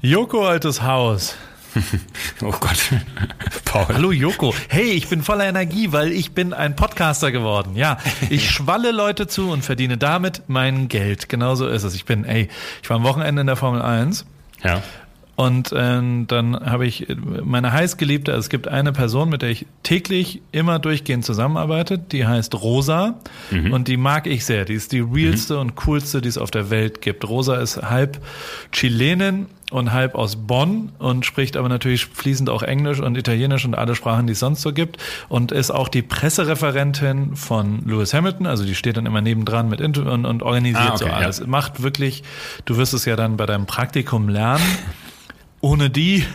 Joko, altes Haus. Oh Gott, Paul. Hallo Joko. Hey, ich bin voller Energie, weil ich bin ein Podcaster geworden. Ja, ich schwalle Leute zu und verdiene damit mein Geld. Genauso ist es. Ich war am Wochenende in der Formel 1. Ja. Und dann habe ich meine heißgeliebte, also es gibt eine Person, mit der ich täglich immer durchgehend zusammenarbeite, die heißt Rosa und die mag ich sehr. Die ist die realste und coolste, die es auf der Welt gibt. Rosa ist halb Chilenin und halb aus Bonn und spricht aber natürlich fließend auch Englisch und Italienisch und alle Sprachen, die es sonst so gibt und ist auch die Pressereferentin von Lewis Hamilton, also die steht dann immer nebendran mit und organisiert so alles. Ja. Macht wirklich, du wirst es ja dann bei deinem Praktikum lernen, ohne die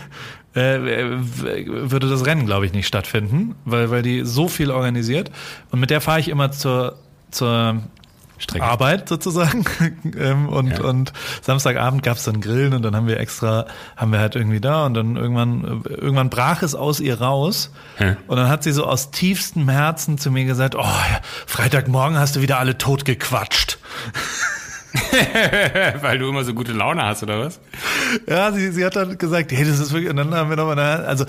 würde das Rennen, glaube ich, nicht stattfinden, weil die so viel organisiert und mit der fahre ich immer zur Strecke. Arbeit sozusagen und Samstagabend gab's dann Grillen und dann haben wir halt irgendwie da und dann irgendwann brach es aus ihr raus und dann hat sie so aus tiefstem Herzen zu mir gesagt, oh, Freitagmorgen hast du wieder alle tot gequatscht. Weil du immer so gute Laune hast, oder was? Ja, sie hat dann gesagt, hey, das ist wirklich, und dann haben wir nochmal, also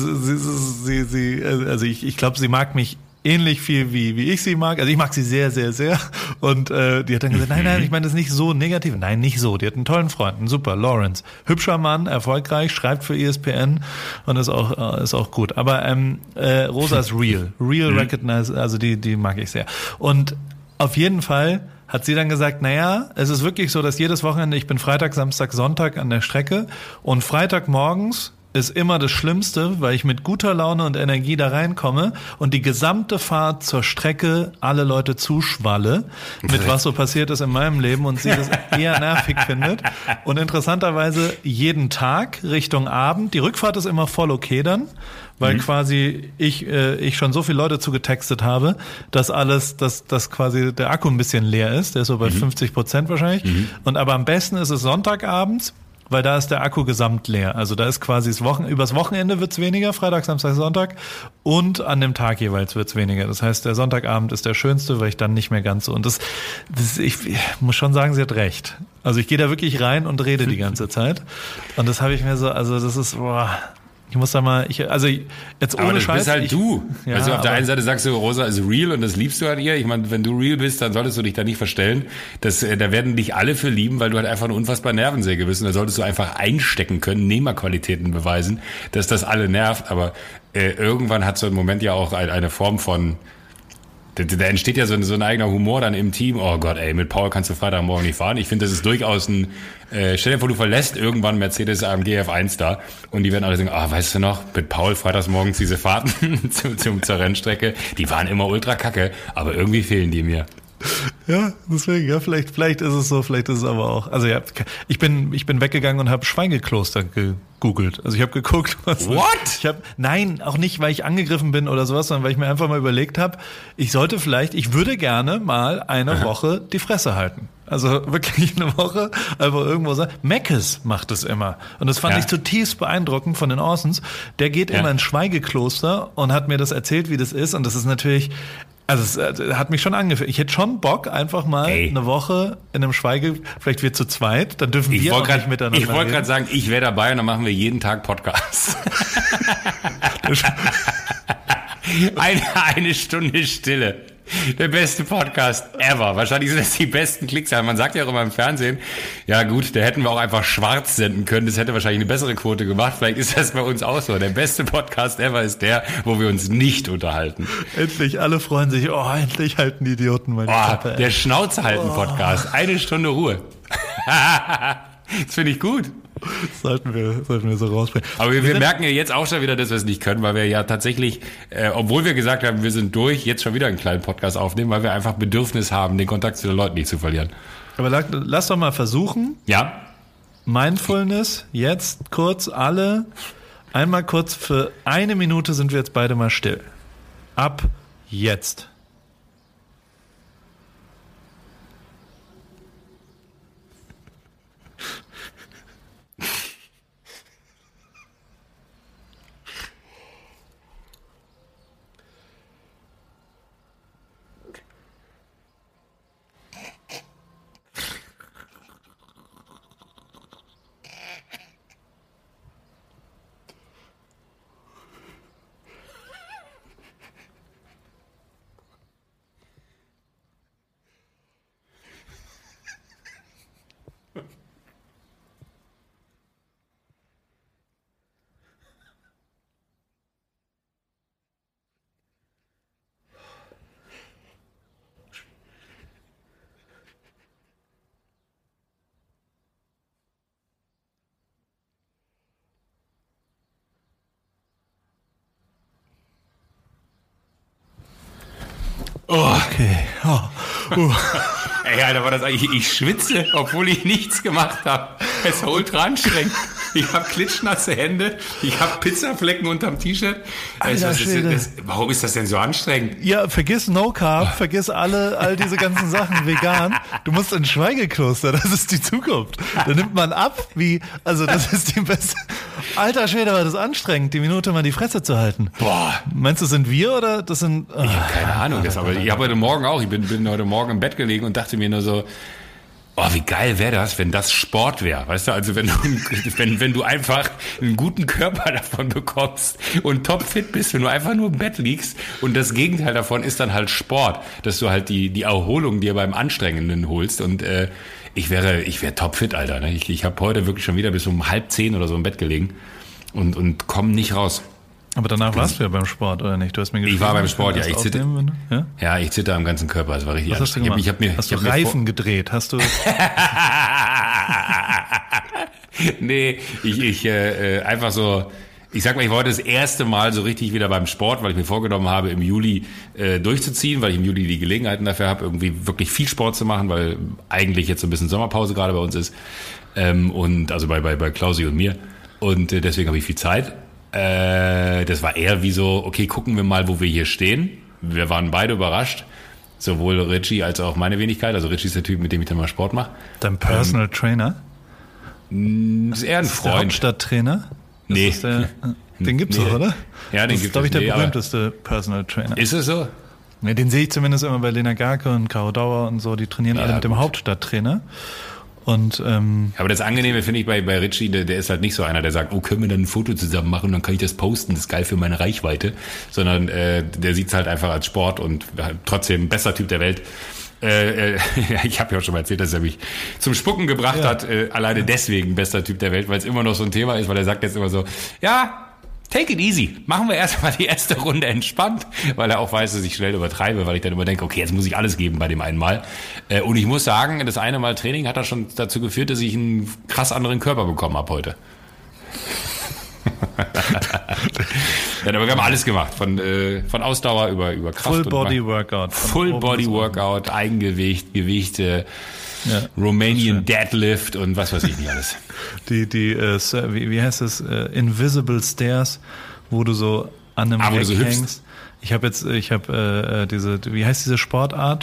ich glaube, sie mag mich ähnlich viel wie ich sie mag. Also ich mag sie sehr, sehr, sehr. Und die hat dann gesagt, nein, ich meine das ist nicht so negativ. Nein, nicht so. Die hat einen tollen Freund, einen super, Lawrence. Hübscher Mann, erfolgreich, schreibt für ESPN und ist auch gut. Aber Rosa ist real. Real recognize, also die mag ich sehr. Und auf jeden Fall hat sie dann gesagt, naja, es ist wirklich so, dass jedes Wochenende, ich bin Freitag, Samstag, Sonntag an der Strecke und Freitagmorgens ist immer das Schlimmste, weil ich mit guter Laune und Energie da reinkomme und die gesamte Fahrt zur Strecke alle Leute zuschwalle, mit was so passiert ist in meinem Leben und sie das eher nervig findet. Und interessanterweise jeden Tag Richtung Abend, die Rückfahrt ist immer voll okay dann, weil quasi ich schon so viele Leute zugetextet habe, dass quasi der Akku ein bisschen leer ist, der ist so bei 50% wahrscheinlich. Und aber am besten ist es Sonntagabends, weil da ist der Akku gesamt leer. Also da ist quasi übers Wochenende wird's weniger, Freitag, Samstag, Sonntag und an dem Tag jeweils wird's weniger. Das heißt, der Sonntagabend ist der schönste, weil ich dann nicht mehr ganz so. Und ich muss schon sagen, sie hat recht. Also ich gehe da wirklich rein und rede die ganze Zeit. Und das habe ich mir so, also das ist, ich muss da mal, jetzt ohne aber das Scheiß. Bist halt du. Ja, also auf der einen Seite sagst du, Rosa ist real und das liebst du an ihr. Ich meine, wenn du real bist, dann solltest du dich da nicht verstellen. Da werden dich alle für lieben, weil du halt einfach eine unfassbar Nervensäge bist. Und da solltest du einfach einstecken können, Nehmerqualitäten beweisen, dass das alle nervt. Aber irgendwann hat so ein Moment ja auch eine Form von, da entsteht ja so ein eigener Humor dann im Team. Oh Gott, ey, mit Paul kannst du Freitagmorgen nicht fahren. Ich finde, das ist durchaus stell dir vor, du verlässt irgendwann Mercedes AMG F1 da und die werden alle sagen, weißt du noch, mit Paul freitagsmorgens diese Fahrten zur Rennstrecke, die waren immer ultra kacke, aber irgendwie fehlen die mir. Ja, deswegen, ja, vielleicht ist es so, vielleicht ist es aber auch. Also ja, ich bin weggegangen und habe Schweigekloster gegoogelt. Also ich habe geguckt, What? Nein, auch nicht, weil ich angegriffen bin oder sowas, sondern weil ich mir einfach mal überlegt habe, ich würde gerne mal eine Woche die Fresse halten. Also wirklich eine Woche einfach irgendwo sagen. Meckes macht es immer. Und das fand ich zutiefst beeindruckend von den Orsons. Der geht immer ins Schweigekloster und hat mir das erzählt, wie das ist. Und das ist natürlich, also es hat mich schon angefühlt. Ich hätte schon Bock, einfach mal eine Woche in einem vielleicht wir zu zweit, dann dürfen wir auch nicht miteinander reden. Ich wollte gerade sagen, ich wäre dabei und dann machen wir jeden Tag Podcast. eine Stunde Stille. Der beste Podcast ever. Wahrscheinlich sind das die besten Klicks. Man sagt ja auch immer im Fernsehen, ja gut, da hätten wir auch einfach schwarz senden können. Das hätte wahrscheinlich eine bessere Quote gemacht. Vielleicht ist das bei uns auch so. Der beste Podcast ever ist der, wo wir uns nicht unterhalten. Endlich, alle freuen sich. Oh, endlich halten die Idioten meine Klappe. Der Schnauze halten Podcast. Eine Stunde Ruhe. Das finde ich gut. Sollten wir so rausbringen. Aber wir merken ja jetzt auch schon wieder, dass wir es nicht können, weil wir ja tatsächlich, obwohl wir gesagt haben, wir sind durch, jetzt schon wieder einen kleinen Podcast aufnehmen, weil wir einfach Bedürfnis haben, den Kontakt zu den Leuten nicht zu verlieren. Aber lass doch mal versuchen. Ja. Mindfulness, jetzt einmal kurz für 1 Minute sind wir jetzt beide mal still. Ab jetzt. Okay. Ey, Alter, war das eigentlich, ich schwitze, obwohl ich nichts gemacht habe. Es war ultra anstrengend. Ich habe klitschnasse Hände, ich habe Pizzaflecken unterm T-Shirt. Warum ist das denn so anstrengend? Ja, vergiss No Carb, vergiss all diese ganzen Sachen vegan. Du musst ins Schweigekloster, das ist die Zukunft. Da nimmt man ab, das ist die beste. Alter Schwede, war das anstrengend, die Minute mal die Fresse zu halten. Boah. Meinst du, das sind wir oder das sind... Ich habe keine Ahnung, aber ich habe heute Morgen auch, ich bin heute Morgen im Bett gelegen und dachte mir nur so, wie geil wäre das, wenn das Sport wäre, weißt du, also wenn du einfach einen guten Körper davon bekommst und topfit bist, wenn du einfach nur im Bett liegst und das Gegenteil davon ist dann halt Sport, dass du halt die Erholung dir beim Anstrengenden holst und ich wäre topfit, Alter, ne? Ich habe heute wirklich schon wieder bis um 9:30 oder so im Bett gelegen und komme nicht raus. Aber danach warst du ja beim Sport, oder nicht? Du hast mir geschrieben, ich war beim Sport, ja. Ich zitter am ganzen Körper. Das war richtig anstrengend. Hast du Reifen gedreht? Hast du... Nee, einfach so... Ich sag mal, ich wollte das erste Mal so richtig wieder beim Sport, weil ich mir vorgenommen habe, im Juli durchzuziehen, weil ich im Juli die Gelegenheiten dafür habe, irgendwie wirklich viel Sport zu machen, weil eigentlich jetzt so ein bisschen Sommerpause gerade bei uns ist. Und also bei Klausi und mir. Und deswegen habe ich viel Zeit. Das war eher wie so, okay, gucken wir mal, wo wir hier stehen. Wir waren beide überrascht, sowohl Richie als auch meine Wenigkeit. Also Richie ist der Typ, mit dem ich dann mal Sport mache. Dein Personal Trainer? Ist eher ein Freund. Der Hauptstadttrainer? Nee. Den gibt's doch, oder? Ja, den gibt's. Das ist, glaube ich, der berühmteste Personal Trainer. Ist es so? Ja, den sehe ich zumindest immer bei Lena Garke und Caro Dauer und so. Die trainieren alle mit dem Hauptstadttrainer. Und, aber das Angenehme finde ich bei Richie, der ist halt nicht so einer, der sagt, können wir dann ein Foto zusammen machen und dann kann ich das posten, das ist geil für meine Reichweite, sondern der sieht es halt einfach als Sport und trotzdem bester Typ der Welt. Ich habe ja auch schon mal erzählt, dass er mich zum Spucken gebracht hat, alleine deswegen bester Typ der Welt, weil es immer noch so ein Thema ist, weil er sagt jetzt immer so, ja, take it easy. Machen wir erstmal die erste Runde entspannt, weil er auch weiß, dass ich schnell übertreibe, weil ich dann immer denke, okay, jetzt muss ich alles geben bei dem einen Mal. Und ich muss sagen, das eine Mal Training hat dann schon dazu geführt, dass ich einen krass anderen Körper bekommen habe heute. Ja, aber wir haben alles gemacht, von Ausdauer über Kraft. Full Body Workout. Full Body Workout, Eigengewicht, Gewichte, Romanian Deadlift und was weiß ich nicht alles. Wie heißt das? Invisible Stairs, wo du so an einem Rack hängst. Ich habe wie heißt diese Sportart,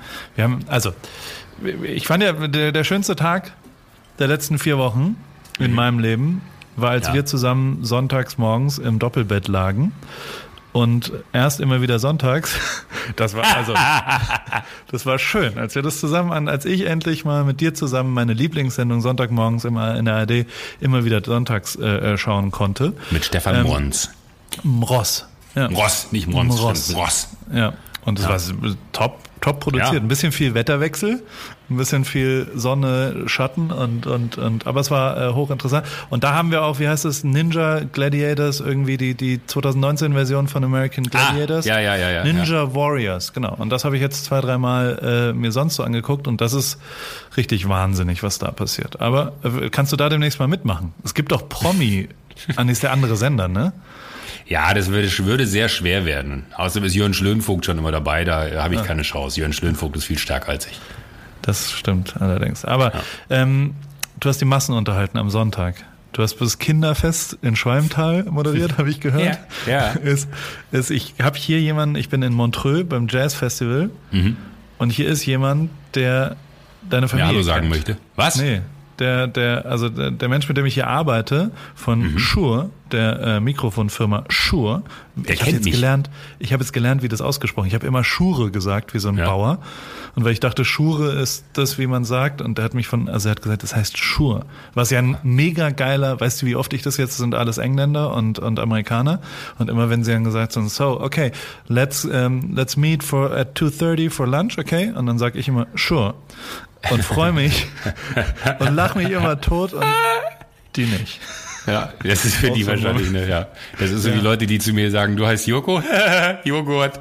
ich fand ja, der schönste Tag der letzten 4 Wochen in meinem Leben war, als wir zusammen sonntags morgens im Doppelbett lagen. Und erst immer wieder sonntags. Das war schön, als wir das als ich endlich mal mit dir zusammen meine Lieblingssendung Sonntagmorgens immer in der ARD immer wieder sonntags schauen konnte. Mit Stefan Mons. Mross. Ja. Mross, nicht Mons, Mross. Ja, und das war top produziert. Ja. Ein bisschen viel Wetterwechsel, ein bisschen viel Sonne, Schatten aber es war hochinteressant. Und da haben wir auch, wie heißt es, Ninja Gladiators, irgendwie die 2019-Version von American Gladiators. Ja. Ninja Warriors, genau. Und das habe ich jetzt 2-3 Mal mir sonst so angeguckt und das ist richtig wahnsinnig, was da passiert. Aber kannst du da demnächst mal mitmachen? Es gibt doch Promi, ist der andere Sender, ne? Ja, das würde sehr schwer werden. Außerdem ist Jörn Schlönvogt schon immer dabei, da habe ich keine Chance. Jörn Schlönvogt ist viel stärker als ich. Das stimmt allerdings. Aber du hast die Massen unterhalten am Sonntag. Du hast das Kinderfest in Schwalmtal moderiert, habe ich gehört. Ja. Ich habe hier jemanden, ich bin in Montreux beim Jazzfestival und hier ist jemand, der deine Familie Hallo sagen möchte. Was? Nee. Der Mensch, mit dem ich hier arbeite, von Shure, der Mikrofonfirma Shure. Ich habe jetzt gelernt, wie das ausgesprochen. Ich habe immer Schure gesagt, wie so ein Bauer. Und weil ich dachte, Schure ist das, wie man sagt. Und er hat gesagt, das heißt Shure. Was ja ein mega geiler, weißt du, wie oft ich das jetzt, sind alles Engländer und Amerikaner. Und immer wenn sie dann gesagt haben, so, okay, let's meet at 2:30 for lunch, okay? Und dann sage ich immer Shure. Und freue mich und lache mich immer tot und die nicht. Ja, das ist für die wahrscheinlich, ne? Ja. Das ist so wie Leute, die zu mir sagen, du heißt Joko? Joghurt.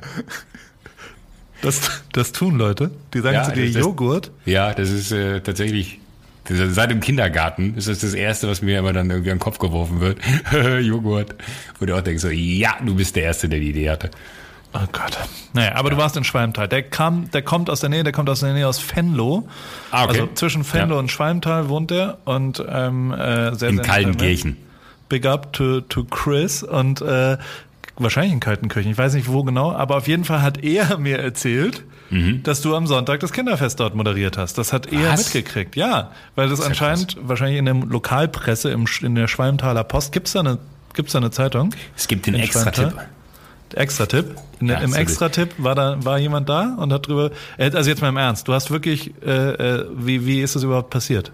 Das tun Leute, die sagen zu dir Joghurt. Ja, das ist tatsächlich, seit dem Kindergarten ist das Erste, was mir immer dann irgendwie an den Kopf geworfen wird. Joghurt. Wo du auch denkst, so, ja, du bist der Erste, der die Idee hatte. Oh Gott. Naja, aber du warst in Schwalmtal. Der kommt aus der Nähe aus Venlo. Ah, okay. Also zwischen Venlo und Schwalmtal wohnt der und sehr in Kaltenkirchen. Big up to Chris und wahrscheinlich in Kaltenkirchen, ich weiß nicht wo genau, aber auf jeden Fall hat er mir erzählt, dass du am Sonntag das Kinderfest dort moderiert hast. Das hat er mitgekriegt, ja, weil das anscheinend wahrscheinlich in der Lokalpresse in der Schwalmtaler Post, gibt's da eine Zeitung? Es gibt den Extra-Tipp. Extra-Tipp? Im Extra-Tipp war jemand da und hat drüber, also jetzt mal im Ernst, du hast wirklich, wie ist das überhaupt passiert?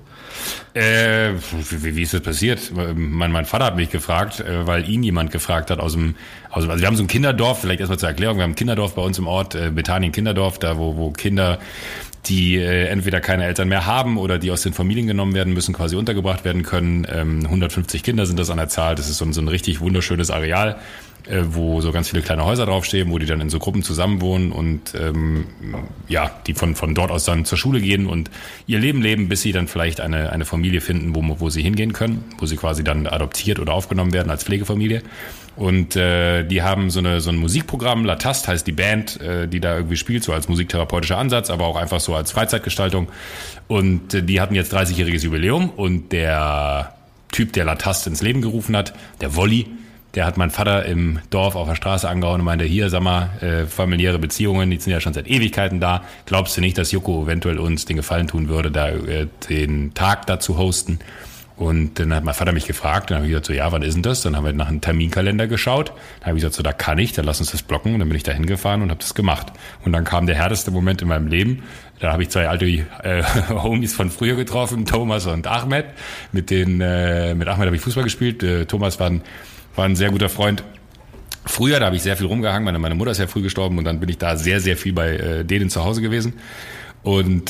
Wie ist das passiert? Mein Vater hat mich gefragt, weil ihn jemand gefragt hat also wir haben so ein Kinderdorf, vielleicht erstmal zur Erklärung, wir haben ein Kinderdorf bei uns im Ort, Bethanien Kinderdorf, da wo Kinder, die entweder keine Eltern mehr haben oder die aus den Familien genommen werden müssen, quasi untergebracht werden können. 150 Kinder sind das an der Zahl, das ist so ein richtig wunderschönes Areal, wo so ganz viele kleine Häuser draufstehen, wo die dann in so Gruppen zusammenwohnen und die von dort aus dann zur Schule gehen und ihr Leben leben, bis sie dann vielleicht eine Familie finden, wo sie hingehen können, wo sie quasi dann adoptiert oder aufgenommen werden als Pflegefamilie. Und die haben so ein Musikprogramm, La Taste heißt die Band, die da irgendwie spielt, so als musiktherapeutischer Ansatz, aber auch einfach so als Freizeitgestaltung. Und die hatten jetzt 30-jähriges Jubiläum und der Typ, der La Taste ins Leben gerufen hat, der Wolli, der hat meinen Vater im Dorf auf der Straße angehauen und meinte, hier, sag mal, familiäre Beziehungen, die sind ja schon seit Ewigkeiten da. Glaubst du nicht, dass Joko eventuell uns den Gefallen tun würde, da den Tag da zu hosten? Und dann hat mein Vater mich gefragt, dann habe ich gesagt, so, ja, wann ist denn das? Dann haben wir nach einem Terminkalender geschaut. Dann habe ich gesagt, so, da kann ich, dann lass uns das blocken. Und dann bin ich da hingefahren und habe das gemacht. Und dann kam der härteste Moment in meinem Leben. Da habe ich zwei alte Homies von früher getroffen, Thomas und Ahmed. Mit Ahmed habe ich Fußball gespielt. Thomas war ein sehr guter Freund. Früher, da habe ich sehr viel rumgehangen. Meine Mutter ist ja früh gestorben und dann bin ich da sehr, sehr viel bei denen zu Hause gewesen. Und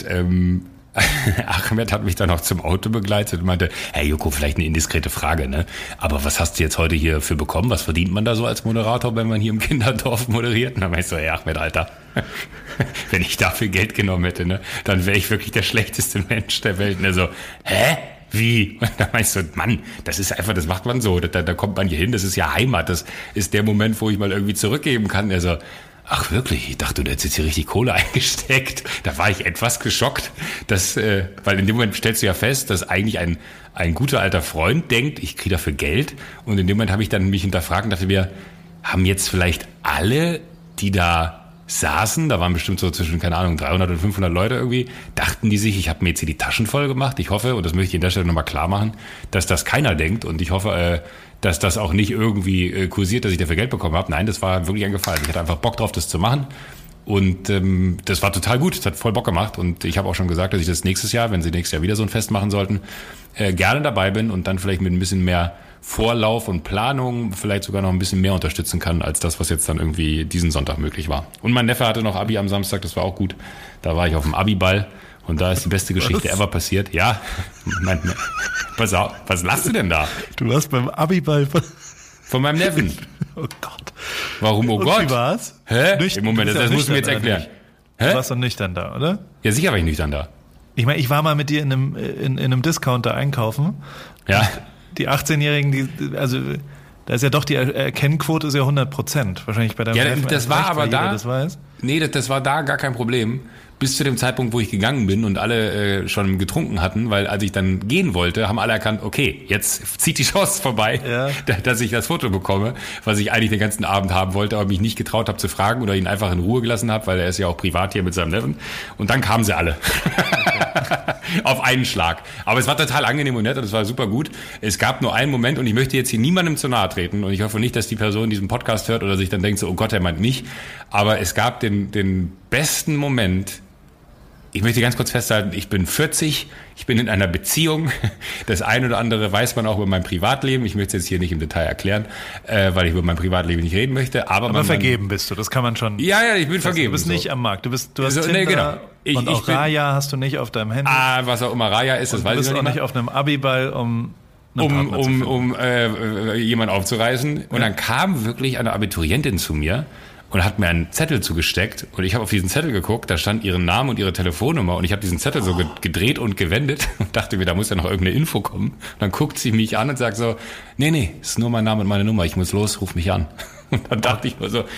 Ahmed hat mich dann auch zum Auto begleitet und meinte, hey Joko, vielleicht eine indiskrete Frage, ne? Aber was hast du jetzt heute hier für bekommen? Was verdient man da so als Moderator, wenn man hier im Kinderdorf moderiert? Und dann meinte ich so, hey Ahmed, Alter, wenn ich dafür Geld genommen hätte, ne, dann wäre ich wirklich der schlechteste Mensch der Welt. Und er so, hä? Wie? Und da meinst du, Mann, das ist einfach, das macht man so, da kommt man hier hin, das ist ja Heimat, das ist der Moment, wo ich mal irgendwie zurückgeben kann. Er so, ach wirklich, ich dachte, du hättest jetzt hier richtig Kohle eingesteckt. Da war ich etwas geschockt, weil in dem Moment stellst du ja fest, dass eigentlich ein guter alter Freund denkt, ich kriege dafür Geld. Und in dem Moment habe ich dann mich hinterfragt und dachte mir, haben jetzt vielleicht alle, die da saßen, da waren bestimmt so zwischen, keine Ahnung, 300 und 500 Leute irgendwie, dachten die sich, ich habe mir jetzt hier die Taschen voll gemacht. Ich hoffe, und das möchte ich an der Stelle nochmal klar machen, dass das keiner denkt und ich hoffe, dass das auch nicht irgendwie kursiert, dass ich dafür Geld bekommen habe. Nein, das war wirklich ein Gefallen. Ich hatte einfach Bock drauf, das zu machen und das war total gut. Das hat voll Bock gemacht und ich habe auch schon gesagt, dass ich das nächstes Jahr, wenn sie nächstes Jahr wieder so ein Fest machen sollten, gerne dabei bin und dann vielleicht mit ein bisschen mehr Vorlauf und Planung vielleicht sogar noch ein bisschen mehr unterstützen kann, als das, was jetzt dann irgendwie diesen Sonntag möglich war. Und mein Neffe hatte noch Abi am Samstag, das war auch gut. Da war ich auf dem Abi-Ball und da ist die beste Geschichte ever passiert. Ja, pass auf, was lachst du denn da? Du warst beim Abi-Ball von meinem Neffen. Oh Gott. Warum, oh Gott? Wie war's? Hä? Im Moment, das musst du mir jetzt erklären. Du warst doch nüchtern da, oder? Ja, sicher war ich nüchtern da. Ich meine, ich war mal mit dir in einem Discounter einkaufen. Ja. Die 18-Jährigen, da ist ja doch die Erkennquote ist ja 100%. Wahrscheinlich bei deinem Neffen. Ja, das war recht, aber da. Das weiß. Nee, das war da gar kein Problem. Bis zu dem Zeitpunkt, wo ich gegangen bin und alle schon getrunken hatten, weil als ich dann gehen wollte, haben alle erkannt, okay, jetzt zieht die Chance vorbei, ja, dass ich das Foto bekomme, was ich eigentlich den ganzen Abend haben wollte, aber mich nicht getraut habe zu fragen oder ihn einfach in Ruhe gelassen habe, weil er ist ja auch privat hier mit seinem Neffen. Und dann kamen sie alle. Auf einen Schlag. Aber es war total angenehm und nett und es war super gut. Es gab nur einen Moment und ich möchte jetzt hier niemandem zu nahe treten und ich hoffe nicht, dass die Person diesen Podcast hört oder sich dann denkt so, oh Gott, er meint mich. Aber es gab den besten Moment. Ich möchte ganz kurz festhalten, ich bin 40, ich bin in einer Beziehung. Das ein oder andere weiß man auch über mein Privatleben. Ich möchte es jetzt hier nicht im Detail erklären, weil ich über mein Privatleben nicht reden möchte. Aber vergeben bist du, das kann man schon. Ja, ich bin vergeben. Du bist nicht am Markt. Du hast so, Tinder, nee, genau. Und auch Raya hast du nicht auf deinem Handy. Was auch immer Raya ist, das weiß ich nicht. Du bist auch nicht auf einem Abiball, um jemanden aufzureißen. Und dann kam wirklich eine Abiturientin zu mir und hat mir einen Zettel zugesteckt und ich habe auf diesen Zettel geguckt, da stand ihren Namen und ihre Telefonnummer und ich habe diesen Zettel so gedreht und gewendet und dachte mir, da muss ja noch irgendeine Info kommen. Und dann guckt sie mich an und sagt so, nee, ist nur mein Name und meine Nummer, ich muss los, ruf mich an. Und dann dachte ich mir so,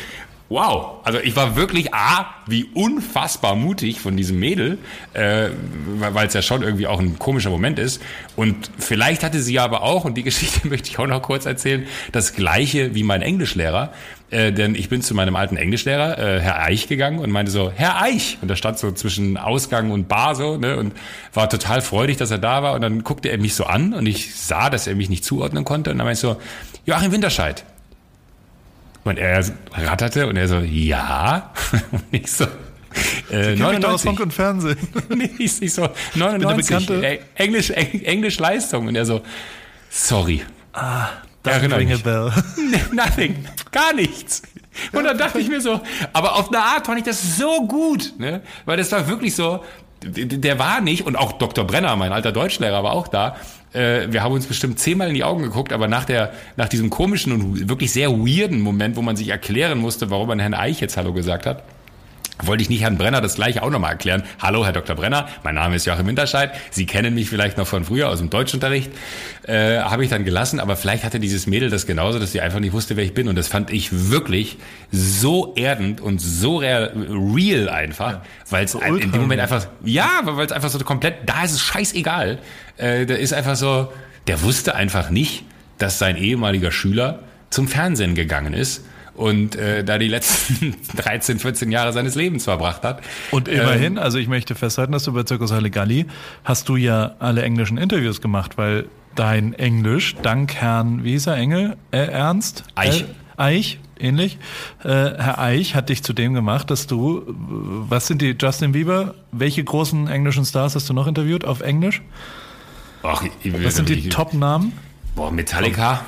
wow. Also ich war wirklich, wie unfassbar mutig von diesem Mädel, weil es ja schon irgendwie auch ein komischer Moment ist. Und vielleicht hatte sie aber auch, und die Geschichte möchte ich auch noch kurz erzählen, das Gleiche wie mein Englischlehrer. Denn ich bin zu meinem alten Englischlehrer, Herr Eich, gegangen und meinte so, Herr Eich! Und da stand so zwischen Ausgang und Bar so, ne, und war total freudig, dass er da war. Und dann guckte er mich so an und ich sah, dass er mich nicht zuordnen konnte. Und dann meinte ich so, Joachim Winterscheid. Und er ratterte und er so, ja. Und ich so, Sie kennen mich doch aus Funk und Fernsehen. Nee, ich so, 99, Englisch-Leistung. Und er so, sorry. Doesn't ring a bell. Nothing. Gar nichts. Und dann dachte ich mir so, aber auf eine Art fand ich das so gut, ne? Weil das war wirklich so, der war nicht, und auch Dr. Brenner, mein alter Deutschlehrer, war auch da. Wir haben uns bestimmt 10-mal in die Augen geguckt, aber nach diesem komischen und wirklich sehr weirden Moment, wo man sich erklären musste, warum man Herrn Eich jetzt Hallo gesagt hat, wollte ich nicht Herrn Brenner das gleiche auch nochmal erklären. Hallo, Herr Dr. Brenner, mein Name ist Joachim Winterscheid. Sie kennen mich vielleicht noch von früher aus dem Deutschunterricht. Habe ich dann gelassen, aber vielleicht hatte dieses Mädel das genauso, dass sie einfach nicht wusste, wer ich bin. Und das fand ich wirklich so erdend und so real einfach, weil es so in dem Moment einfach, weil es einfach so komplett, da ist es scheißegal. Da ist einfach so, der wusste einfach nicht, dass sein ehemaliger Schüler zum Fernsehen gegangen ist und da die letzten 13, 14 Jahre seines Lebens verbracht hat. Und immerhin, also ich möchte festhalten, dass du bei Circus Halligalli hast du ja alle englischen Interviews gemacht, weil dein Englisch, dank Herrn, wie hieß er, Ernst? Eich, ähnlich. Herr Eich hat dich zu dem gemacht, dass du, was sind die, Justin Bieber, welche großen englischen Stars hast du noch interviewt auf Englisch? Ach, was sind die Top-Namen? Boah, Metallica.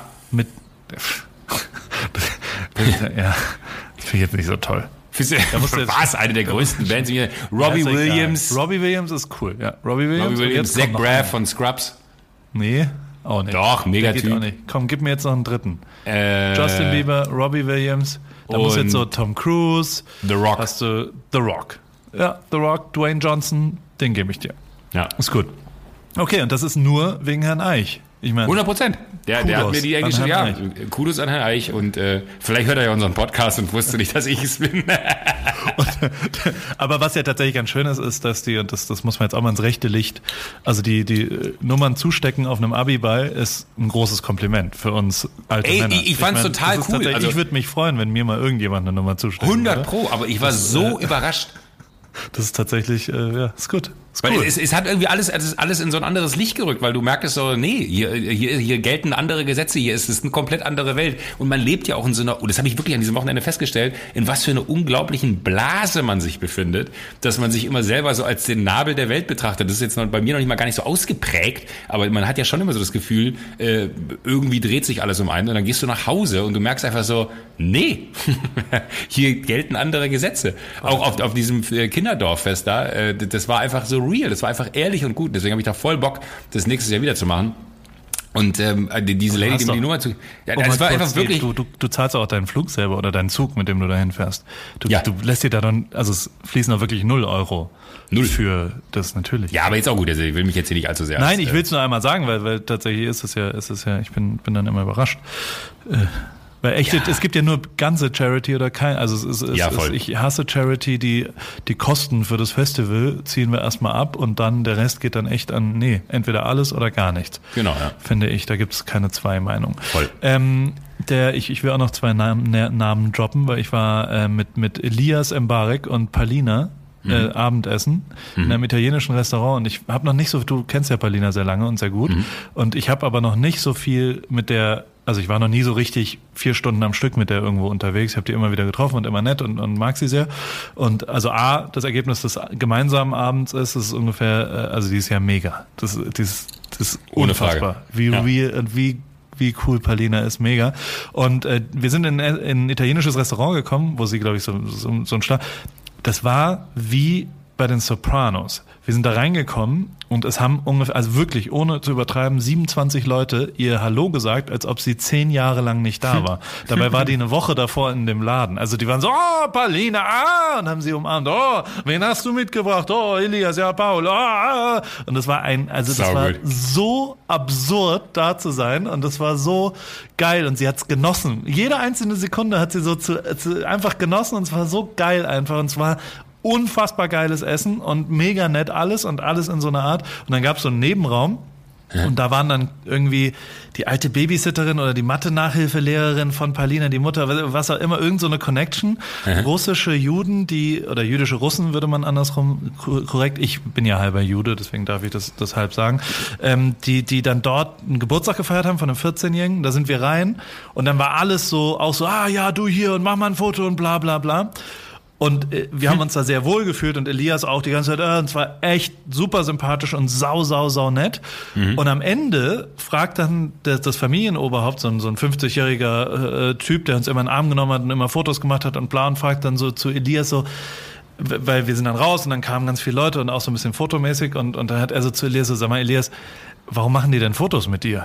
Ja, das finde ich jetzt nicht so toll. Was? Eine der größten Bands. Robbie Williams. Robbie Williams ist cool, ja. Robbie Williams, Zach Braff von Scrubs. Nee, auch nicht. Doch, mega Typ. Auch nicht. Komm, gib mir jetzt noch einen dritten. Justin Bieber, Robbie Williams. Da muss jetzt so Tom Cruise. The Rock. Hast du The Rock. Ja, The Rock, Dwayne Johnson, den gebe ich dir. Ja. Ist gut. Okay, und das ist nur wegen Herrn Eich. Ich meine, 100%. Der hat mir die englische, Kudos an Herrn Eich und vielleicht hört er ja unseren Podcast und wusste nicht, dass ich es bin. Aber was ja tatsächlich ganz schön ist, dass die, und das muss man jetzt auch mal ins rechte Licht, also die Nummern zustecken auf einem Abiball ist ein großes Kompliment für uns alte Männer. Ich fand's total cool. Also, ich würde mich freuen, wenn mir mal irgendjemand eine Nummer zusteckt. 100%, aber ich war so überrascht. Das ist tatsächlich, ist gut. Ist weil cool. Es hat irgendwie alles in so ein anderes Licht gerückt, weil du merkst so, nee, hier gelten andere Gesetze, hier ist es eine komplett andere Welt. Und man lebt ja auch in so einer, und das habe ich wirklich an diesem Wochenende festgestellt, in was für einer unglaublichen Blase man sich befindet, dass man sich immer selber so als den Nabel der Welt betrachtet. Das ist jetzt bei mir noch nicht mal gar nicht so ausgeprägt, aber man hat ja schon immer so das Gefühl, irgendwie dreht sich alles um einen und dann gehst du nach Hause und du merkst einfach so, nee, hier gelten andere Gesetze. Auch auf diesem Kinderdorffest da, das war einfach so real, das war einfach ehrlich und gut. Deswegen habe ich da voll Bock, das nächstes Jahr wieder zu machen. Und diese Lady, die mir die Nummer zu... Ja, das war einfach wirklich... Du zahlst auch deinen Flug selber oder deinen Zug, mit dem du dahin fährst. Du lässt dir da dann... Also es fließen auch wirklich 0 Euro. Für das natürlich. Ja, aber jetzt auch gut. Also ich will mich jetzt hier nicht allzu sehr... Nein, ich will es nur einmal sagen, weil tatsächlich ist es ja... Ich bin dann immer überrascht. Weil echt, es gibt ja nur ganze Charity oder kein, also ich hasse Charity, die Kosten für das Festival ziehen wir erstmal ab und dann der Rest geht dann echt an, entweder alles oder gar nichts. Genau, ja. Finde ich, da gibt es keine zwei Meinungen. Voll. Ich will auch noch 2 Namen droppen, weil ich war mit Elias Mbarek und Palina Abendessen in einem italienischen Restaurant und ich habe noch nicht so, du kennst ja Palina sehr lange und sehr gut und ich habe aber noch nicht so viel mit der, also ich war noch nie so richtig 4 Stunden am Stück mit der irgendwo unterwegs, ich habe die immer wieder getroffen und immer nett und mag sie sehr und also das Ergebnis des gemeinsamen Abends ist ungefähr, also die ist ja mega, das ist ohne unfassbar, wie real und wie cool Palina ist, mega. Und wir sind in ein italienisches Restaurant gekommen, wo sie, glaube ich, so ein Schlag. Das war wie bei den Sopranos. Wir sind da reingekommen und es haben ungefähr, also wirklich, ohne zu übertreiben, 27 Leute ihr Hallo gesagt, als ob sie 10 Jahre lang nicht da war. Dabei war die eine Woche davor in dem Laden. Also die waren so, oh, Paulina, und haben sie umarmt. Oh, wen hast du mitgebracht? Oh, Elias, ja, Paul. Oh. Und das war so absurd, da zu sein. Und das war so geil. Und sie hat's genossen. Jede einzelne Sekunde hat sie so einfach genossen. Und es war so geil einfach. Und es war unfassbar geiles Essen und mega nett alles und alles in so einer Art. Und dann gab es so einen Nebenraum und da waren dann irgendwie die alte Babysitterin oder die Mathe-Nachhilfelehrerin von Paulina, die Mutter, was auch immer, irgend so eine Connection. Russische Juden, oder jüdische Russen würde man andersrum korrekt, ich bin ja halber Jude, deswegen darf ich das halb sagen, die dann dort einen Geburtstag gefeiert haben von einem 14-Jährigen, da sind wir rein und dann war alles so, auch so, ja, du hier und mach mal ein Foto und bla bla bla. Und wir haben uns da sehr wohl gefühlt und Elias auch die ganze Zeit, und es war echt super sympathisch und sau nett. Und am Ende fragt dann das Familienoberhaupt, so ein 50-jähriger Typ, der uns immer in den Arm genommen hat und immer Fotos gemacht hat und bla, und fragt dann so zu Elias so, weil wir sind dann raus und dann kamen ganz viele Leute und auch so ein bisschen fotomäßig und dann hat er so zu Elias so, sag mal Elias, warum machen die denn Fotos mit dir?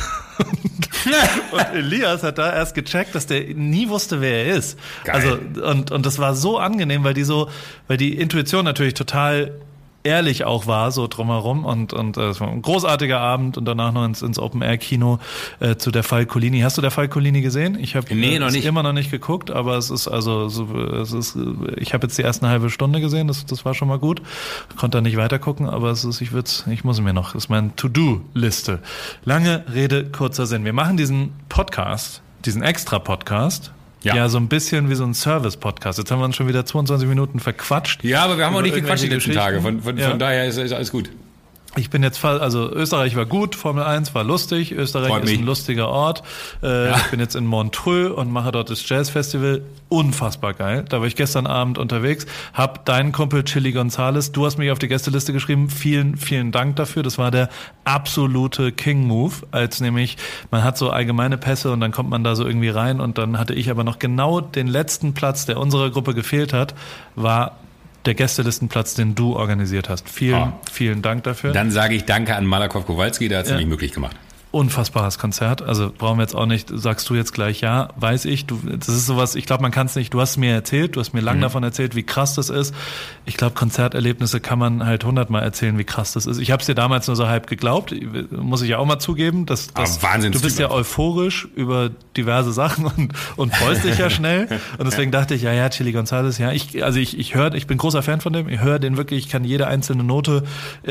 Und Elias hat da erst gecheckt, dass der nie wusste, wer er ist. Geil. Also und das war so angenehm, weil die Intuition natürlich total ehrlich auch war, so drumherum und es war ein großartiger Abend und danach noch ins Open-Air-Kino zu der Falcolini. Hast du der Falcolini gesehen? Ich habe immer noch nicht geguckt, aber ich habe jetzt die ersten halbe Stunde gesehen, das war schon mal gut. Konnte da nicht weiter gucken, aber ich muss mir noch, das ist meine To-Do-Liste. Lange Rede, kurzer Sinn. Wir machen diesen Podcast, diesen Extra-Podcast, ja, so ein bisschen wie so ein Service-Podcast. Jetzt haben wir uns schon wieder 22 Minuten verquatscht. Ja, aber wir haben auch nicht gequatscht die letzten Tage. Von daher ist alles gut. Ich bin jetzt Österreich war gut, Formel 1 war lustig, Österreich ist ein lustiger Ort. Ich bin jetzt in Montreux und mache dort das Jazz-Festival. Unfassbar geil. Da war ich gestern Abend unterwegs, hab deinen Kumpel Chili Gonzales, du hast mich auf die Gästeliste geschrieben, vielen, vielen Dank dafür. Das war der absolute King-Move, als nämlich, man hat so allgemeine Pässe und dann kommt man da so irgendwie rein und dann hatte ich aber noch genau den letzten Platz, der unserer Gruppe gefehlt hat, war der Gästelistenplatz, den du organisiert hast. Vielen Dank dafür. Dann sage ich Danke an Malakow Kowalski, der hat es nämlich möglich gemacht. Unfassbares Konzert, also brauchen wir jetzt auch nicht, sagst du jetzt gleich ja, weiß ich, das ist sowas, ich glaube, man kann es nicht, du hast mir erzählt, du hast mir lang davon erzählt, wie krass das ist. Ich glaube, Konzerterlebnisse kann man halt 100-mal erzählen, wie krass das ist. Ich habe es dir damals nur so halb geglaubt, muss ich ja auch mal zugeben, dass du bist ja euphorisch über diverse Sachen und freust dich ja schnell und deswegen dachte ich, ja, Chili Gonzales, ja, ich bin großer Fan von dem, ich höre den wirklich, ich kann jede einzelne Note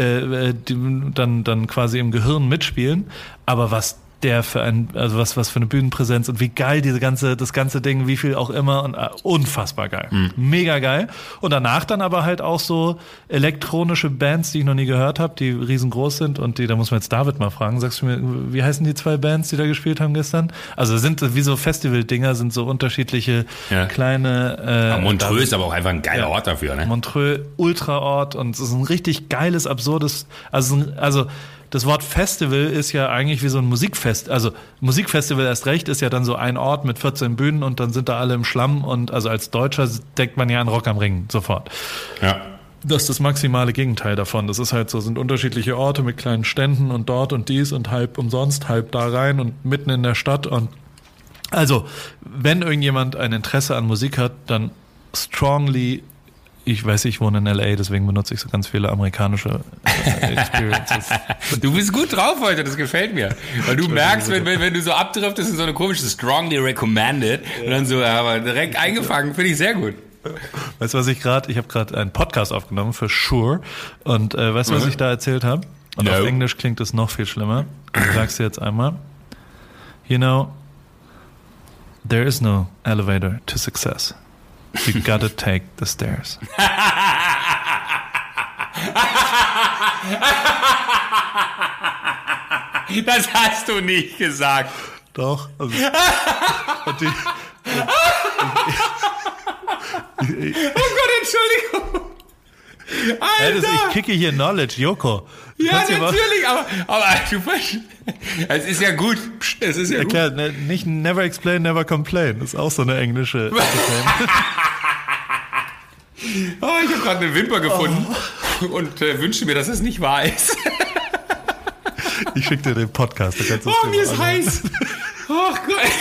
dann quasi im Gehirn mitspielen. Aber was der für was für eine Bühnenpräsenz und wie geil das ganze Ding, wie viel auch immer und unfassbar geil. Mega geil. Und danach dann aber halt auch so elektronische Bands, die ich noch nie gehört habe, die riesengroß sind und da muss man jetzt David mal fragen. Sagst du mir, wie heißen die 2 Bands, die da gespielt haben gestern? Also sind wie so Festival-Dinger, sind so unterschiedliche kleine Montreux ist aber auch einfach ein geiler Ort dafür, ne? Montreux, Ultraort und es ist ein richtig geiles, absurdes, also das Wort Festival ist ja eigentlich wie so ein Musikfestival erst recht ist ja dann so ein Ort mit 14 Bühnen und dann sind da alle im Schlamm und also als Deutscher denkt man ja an Rock am Ring sofort. Ja. Das ist das maximale Gegenteil davon. Das ist halt so, sind unterschiedliche Orte mit kleinen Ständen und dort und dies und halb umsonst, halb da rein und mitten in der Stadt und also, wenn irgendjemand ein Interesse an Musik hat, dann strongly. Ich weiß, ich wohne in LA, deswegen benutze ich so ganz viele amerikanische Experiences. Du bist gut drauf heute, das gefällt mir. Weil du merkst, wenn du so abdriftest in so eine komische strongly recommended und dann so, aber direkt eingefangen, finde ich sehr gut. Weißt du, ich habe gerade einen Podcast aufgenommen für Shure und weißt du, was ich da erzählt habe? Und auf Englisch klingt es noch viel schlimmer. Ich sag's dir jetzt einmal. You know, there is no elevator to success. You gotta take the stairs. Das hast du nicht gesagt. Doch. Also, oh Gott, Entschuldigung. Alter. Ich kicke hier Knowledge, Joko. Ja, natürlich, aber du es ist ja gut. Es ist ja klar, nicht never explain, never complain. Das ist auch so eine englische. Oh, ich habe gerade eine Wimper gefunden und wünsche mir, dass es nicht wahr ist. Ich schicke dir den Podcast. Da kannst Oh, mir ist heiß. Oh Gott.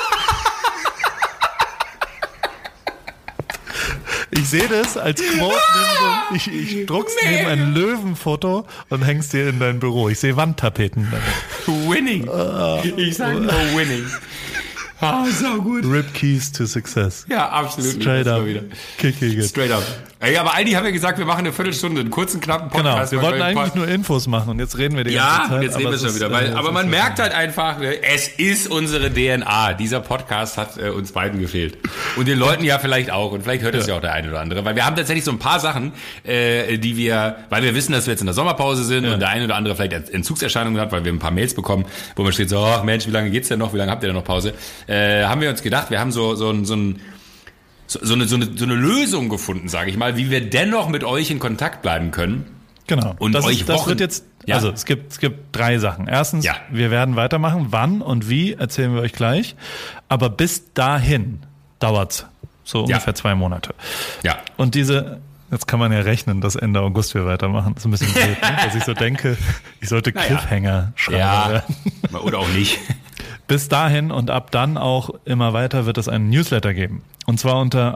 Ich sehe das als Quote, ich druck's neben ein Löwenfoto und häng's dir in dein Büro. Ich sehe Wandtapeten. Winning. Ich sage nur winning. Ah, so gut. Rip Keys to Success. Ja, absolut. Straight up. Kicking it. Straight up. Ey, aber eigentlich haben wir gesagt, wir machen eine Viertelstunde, einen kurzen, knappen Podcast. Genau, wir wollten eigentlich nur Infos machen und jetzt reden wir die ganze Zeit. Ja, jetzt reden wir schon wieder. Aber man merkt halt einfach, es ist unsere DNA. Dieser Podcast hat uns beiden gefehlt. Und den Leuten ja vielleicht auch. Und vielleicht hört es ja auch der eine oder andere. Weil wir haben tatsächlich so ein paar Sachen, die wir, weil wir wissen, dass wir jetzt in der Sommerpause sind und der eine oder andere vielleicht Entzugserscheinungen hat, weil wir ein paar Mails bekommen, wo man steht so, ach Mensch, wie lange geht's denn noch? Wie lange habt ihr denn noch Pause? Haben wir uns gedacht, wir haben so eine Lösung gefunden, sage ich mal, wie wir dennoch mit euch in Kontakt bleiben können. Genau. Und das euch wird jetzt, also es gibt 3 Sachen. Erstens, wir werden weitermachen. Wann und wie erzählen wir euch gleich. Aber bis dahin dauert's so ungefähr 2 Monate. Ja. Und jetzt kann man ja rechnen, dass Ende August wir weitermachen. Das ist ein bisschen blöd, ne? Dass ich so denke, ich sollte Cliffhanger schreiben werden. Oder auch nicht. Bis dahin und ab dann auch immer weiter wird es einen Newsletter geben. Und zwar unter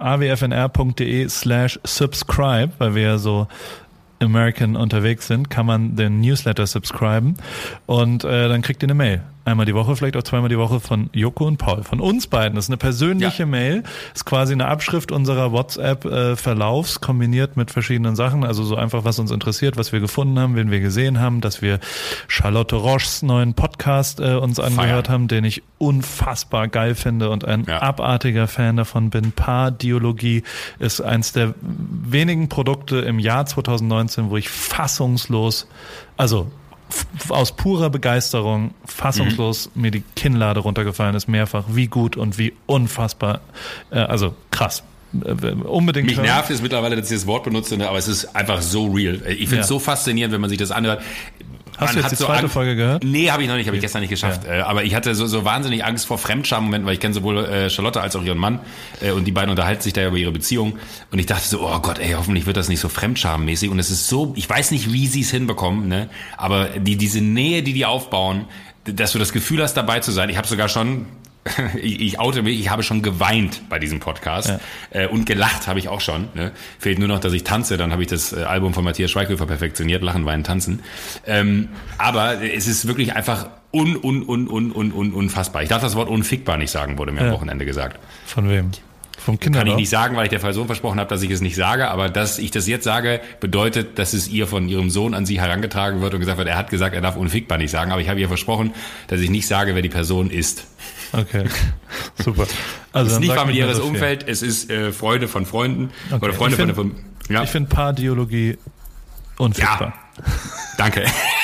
awfnr.de/subscribe, weil wir ja so American unterwegs sind, kann man den Newsletter subscriben und dann kriegt ihr eine Mail. Einmal die Woche, vielleicht auch zweimal die Woche von Joko und Paul. Von uns beiden. Das ist eine persönliche Mail. Ist quasi eine Abschrift unserer WhatsApp-Verlaufs kombiniert mit verschiedenen Sachen. Also so einfach, was uns interessiert, was wir gefunden haben, wen wir gesehen haben, dass wir Charlotte Roches neuen Podcast uns angehört haben, den ich unfassbar geil finde und ein abartiger Fan davon bin. Paardiologie ist eins der wenigen Produkte im Jahr 2019, wo ich fassungslos, also aus purer Begeisterung fassungslos mir die Kinnlade runtergefallen ist, mehrfach, wie gut und wie unfassbar, also krass. Unbedingt. Mich nervt es mittlerweile, dass ich das Wort benutze, aber es ist einfach so real. Ich finde es so faszinierend, wenn man sich das anhört. Hast du jetzt die zweite Folge gehört? Nee, habe ich noch nicht, habe ich gestern nicht geschafft. Aber ich hatte so wahnsinnig Angst vor Fremdscham-Momenten, weil ich kenne sowohl Charlotte als auch ihren Mann und die beiden unterhalten sich da über ihre Beziehung und ich dachte so, oh Gott, ey, hoffentlich wird das nicht so Fremdscham-mäßig und es ist so, ich weiß nicht, wie sie es hinbekommen, ne? Aber diese Nähe, die aufbauen, dass du das Gefühl hast, dabei zu sein. Ich habe sogar schon ich oute mich, ich habe schon geweint bei diesem Podcast und gelacht habe ich auch schon. Ne? Fehlt nur noch, dass ich tanze, dann habe ich das Album von Matthias Schweighöfer perfektioniert, Lachen, Weinen, Tanzen. Aber es ist wirklich einfach unfassbar. Ich darf das Wort unfickbar nicht sagen, wurde mir am Wochenende gesagt. Von wem? Vom Kinder. Kann ich nicht sagen, weil ich der Person versprochen habe, dass ich es nicht sage, aber dass ich das jetzt sage, bedeutet, dass es ihr von ihrem Sohn an sie herangetragen wird und gesagt wird, er hat gesagt, er darf unfickbar nicht sagen, aber ich habe ihr versprochen, dass ich nicht sage, wer die Person ist. Okay, super. Also es ist nicht familiäres Umfeld, es ist Freude von Freunden oder Freunde von der Familie. Ja. Ich finde Paardiologie unfickbar. Ja, danke.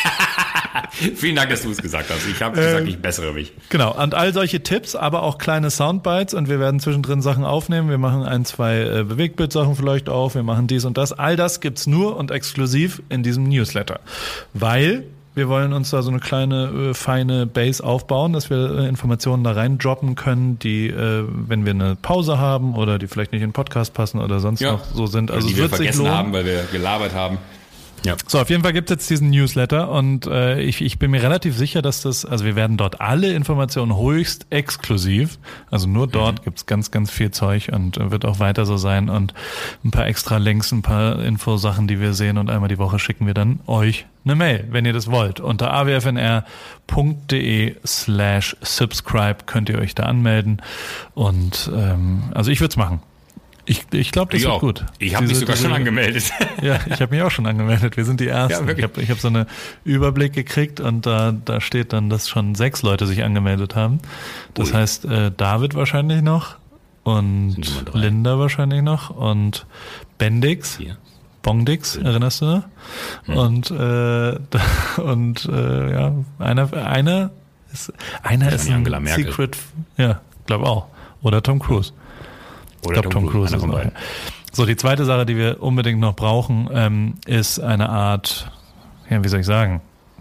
Vielen Dank, dass du es gesagt hast. Ich habe gesagt, ich bessere mich. Genau, und all solche Tipps, aber auch kleine Soundbites und wir werden zwischendrin Sachen aufnehmen. Wir machen 1, 2 Bewegtbildsachen vielleicht auf, wir machen dies und das. All das gibt's nur und exklusiv in diesem Newsletter, weil wir wollen uns da so eine kleine, feine Base aufbauen, dass wir Informationen da rein droppen können, die, wenn wir eine Pause haben oder die vielleicht nicht in den Podcast passen oder sonst noch so sind. Also die es wir wird vergessen sich lohnen. haben, weil wir gelabert haben. Ja. So, auf jeden Fall gibt's jetzt diesen Newsletter und ich bin mir relativ sicher, dass also wir werden dort alle Informationen höchst exklusiv, also nur dort gibt's ganz, ganz viel Zeug und wird auch weiter so sein und ein paar extra Links, ein paar Infosachen, die wir sehen und einmal die Woche schicken wir dann euch eine Mail, wenn ihr das wollt. Unter awfnr.de/subscribe könnt ihr euch da anmelden und also ich würde es machen. Ich glaube, das wird gut. Ich habe mich sogar schon angemeldet. Ja, ich habe mich auch schon angemeldet. Wir sind die Ersten. Ja, ich hab so einen Überblick gekriegt und da steht dann, dass schon 6 Leute sich angemeldet haben. Das heißt, David wahrscheinlich noch und Linda wahrscheinlich noch und Bendix. Ja. Bongdix, erinnerst du noch? Und ja, einer ist Angela ein Merkel. Secret, ja, glaube auch. Oder Tom Cruise. Oder ich glaube, Tom Cruise ist dabei. So, die zweite Sache, die wir unbedingt noch brauchen, ist eine Art, ja, wie soll ich sagen,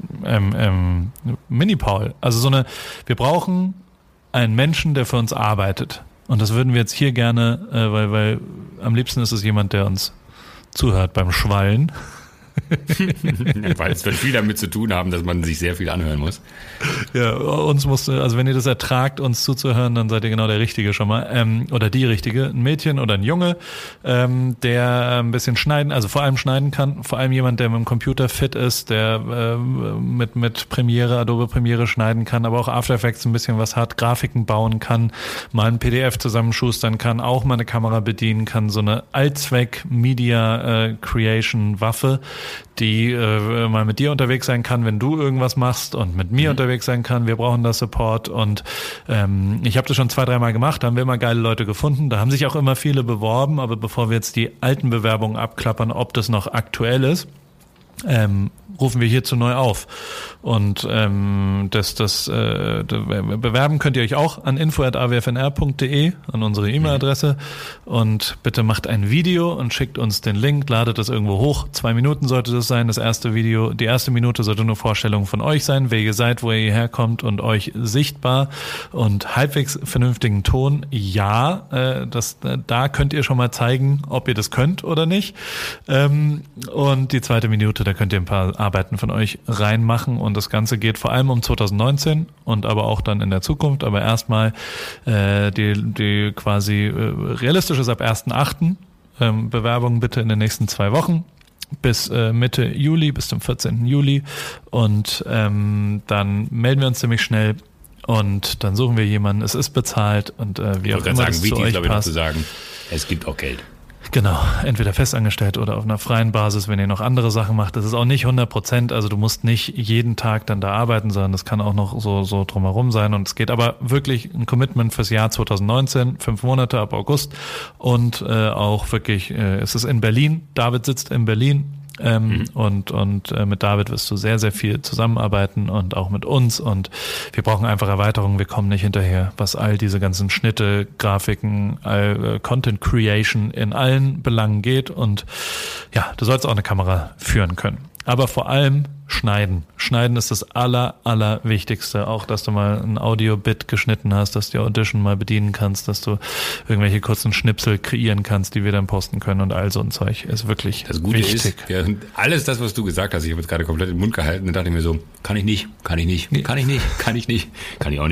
Mini-Paul. Also wir brauchen einen Menschen, der für uns arbeitet. Und das würden wir jetzt hier gerne, weil am liebsten ist es jemand, der uns zuhört beim Schwallen. Weil es wird viel damit zu tun haben, dass man sich sehr viel anhören muss. Ja, also wenn ihr das ertragt, uns zuzuhören, dann seid ihr genau der Richtige schon mal. Oder die Richtige. Ein Mädchen oder ein Junge, der ein bisschen schneiden, also vor allem schneiden kann. Vor allem jemand, der mit dem Computer fit ist, der mit Premiere, Adobe Premiere schneiden kann, aber auch After Effects ein bisschen was hat, Grafiken bauen kann, mal ein PDF zusammenschustern kann, auch mal eine Kamera bedienen kann. So eine Allzweck-Media-Creation-Waffe, die mal mit dir unterwegs sein kann, wenn du irgendwas machst und mit mir unterwegs sein kann. Wir brauchen da Support und ich habe das schon 2-3 Mal gemacht, da haben wir immer geile Leute gefunden. Da haben sich auch immer viele beworben, aber bevor wir jetzt die alten Bewerbungen abklappern, ob das noch aktuell ist, rufen wir hierzu neu auf. Und bewerben könnt ihr euch auch an info@awfnr.de, an unsere E-Mail-Adresse. Und bitte macht ein Video und schickt uns den Link, ladet das irgendwo hoch. 2 Minuten sollte das sein, das erste Video. Die erste Minute sollte nur Vorstellung von euch sein, wer ihr seid, wo ihr hierher kommt und euch sichtbar und halbwegs vernünftigen Ton. Ja, da könnt ihr schon mal zeigen, ob ihr das könnt oder nicht. Und die zweite Minute, da könnt ihr ein paar Arbeiten von euch reinmachen und das Ganze geht vor allem um 2019 und aber auch dann in der Zukunft, aber erstmal die quasi realistisch ist ab 1.8. Bewerbungen bitte in den nächsten 2 Wochen bis Mitte Juli, bis zum 14. Juli und dann melden wir uns ziemlich schnell und dann suchen wir jemanden, es ist bezahlt und wie auch immer das zu euch passt. Zu sagen, es gibt auch Geld. Genau, entweder festangestellt oder auf einer freien Basis, wenn ihr noch andere Sachen macht. Das ist auch nicht 100%, also du musst nicht jeden Tag dann da arbeiten, sondern das kann auch noch so drumherum sein. Und es geht aber wirklich ein Commitment fürs Jahr 2019, 5 Monate ab August und auch wirklich, es ist in Berlin, David sitzt in Berlin. Und mit David wirst du sehr, sehr viel zusammenarbeiten und auch mit uns und wir brauchen einfach Erweiterungen, wir kommen nicht hinterher, was all diese ganzen Schnitte, Grafiken, Content Creation in allen Belangen geht und ja, du sollst auch eine Kamera führen können. Aber vor allem schneiden. Schneiden ist das Allerwichtigste. Auch, dass du mal ein Audio-Bit geschnitten hast, dass du die Audition mal bedienen kannst, dass du irgendwelche kurzen Schnipsel kreieren kannst, die wir dann posten können und all so ein Zeug ist wirklich das Gute wichtig. Ist, ja, alles das, was du gesagt hast, ich habe jetzt gerade komplett den Mund gehalten und dachte ich mir so, kann ich nicht, kann ich auch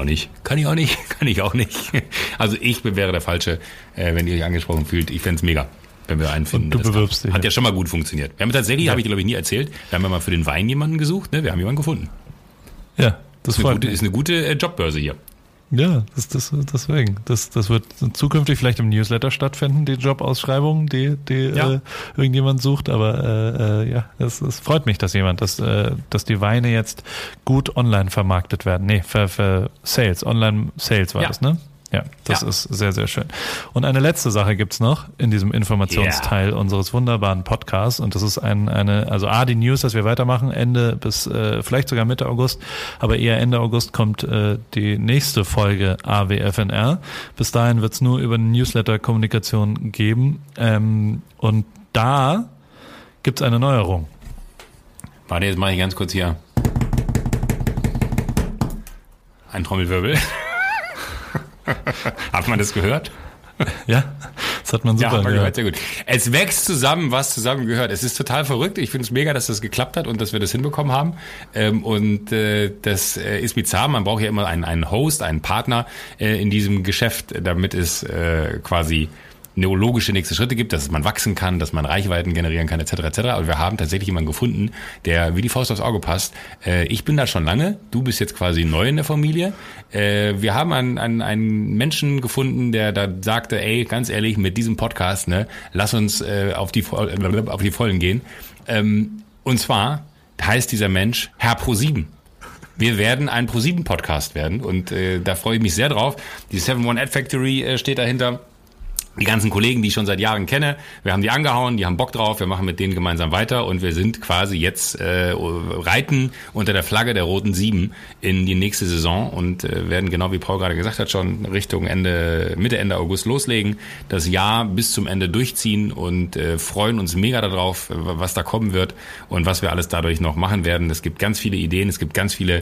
nicht. Also ich wäre der Falsche, wenn ihr euch angesprochen fühlt. Ich fänd's mega. Wenn wir einen finden. Und du bewirbst dich. Hat ja schon mal gut funktioniert. Wir haben tatsächlich, habe ich glaube ich nie erzählt, wir haben ja mal für den Wein jemanden gesucht, ne? Wir haben jemanden gefunden. Ja, das ist eine gute Jobbörse hier. Ja, deswegen. Das wird zukünftig vielleicht im Newsletter stattfinden, die Jobausschreibung, die irgendjemand sucht. Aber es freut mich, dass dass die Weine jetzt gut online vermarktet werden. Nee, für Sales, Online-Sales war das, ne? Ja, das ist sehr, sehr schön. Und eine letzte Sache gibt's noch in diesem Informationsteil unseres wunderbaren Podcasts. Und das ist die News, dass wir weitermachen, Ende bis vielleicht sogar Mitte August, aber eher Ende August kommt die nächste Folge AWFNR. Bis dahin wird's nur über eine Newsletter-Kommunikation geben. Und da gibt's eine Neuerung. Warte, jetzt mache ich ganz kurz hier ein Trommelwirbel. Hat man das gehört? Ja, das hat man super gehört. Sehr gut. Es wächst zusammen, was zusammen gehört. Es ist total verrückt. Ich finde es mega, dass das geklappt hat und dass wir das hinbekommen haben. Das ist bizarr. Man braucht ja immer einen Host, einen Partner in diesem Geschäft, damit es quasi neurologische nächste Schritte gibt, dass man wachsen kann, dass man Reichweiten generieren kann, etc. Aber wir haben tatsächlich jemanden gefunden, der wie die Faust aufs Auge passt. Ich bin da schon lange, du bist jetzt quasi neu in der Familie. Wir haben einen Menschen gefunden, der da sagte, ey, ganz ehrlich, mit diesem Podcast, ne, lass uns auf die Vollen gehen. Und zwar heißt dieser Mensch Herr Pro7. Wir werden ein Pro7-Podcast werden und da freue ich mich sehr drauf. Die 7-One Ad Factory steht dahinter. Die ganzen Kollegen, die ich schon seit Jahren kenne, wir haben die angehauen, die haben Bock drauf, wir machen mit denen gemeinsam weiter und wir sind quasi jetzt reiten unter der Flagge der Roten 7 in die nächste Saison und werden, genau wie Paul gerade gesagt hat, schon Richtung Mitte, Ende August loslegen, das Jahr bis zum Ende durchziehen und freuen uns mega darauf, was da kommen wird und was wir alles dadurch noch machen werden. Es gibt ganz viele Ideen, es gibt ganz viele